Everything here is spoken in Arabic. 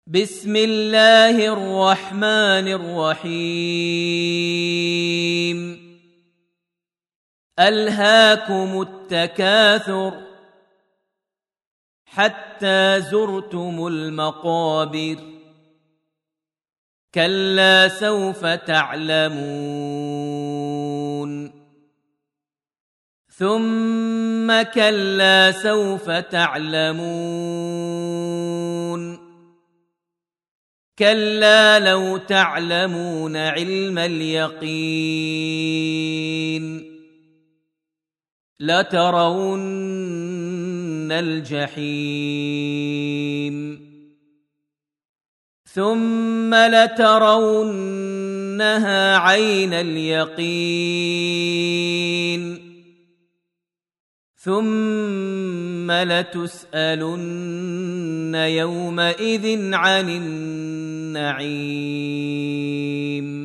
بسم الله الرحمن الرحيم ألهاكم التكاثر حتى زرتم المقابر كلا سوف تعلمون ثم كلا سوف تعلمون كلا لو تعلمون علم اليقين لترون الجحيم ثم لترونها عين اليقين ثم لتسألن يومئذ عن النعيم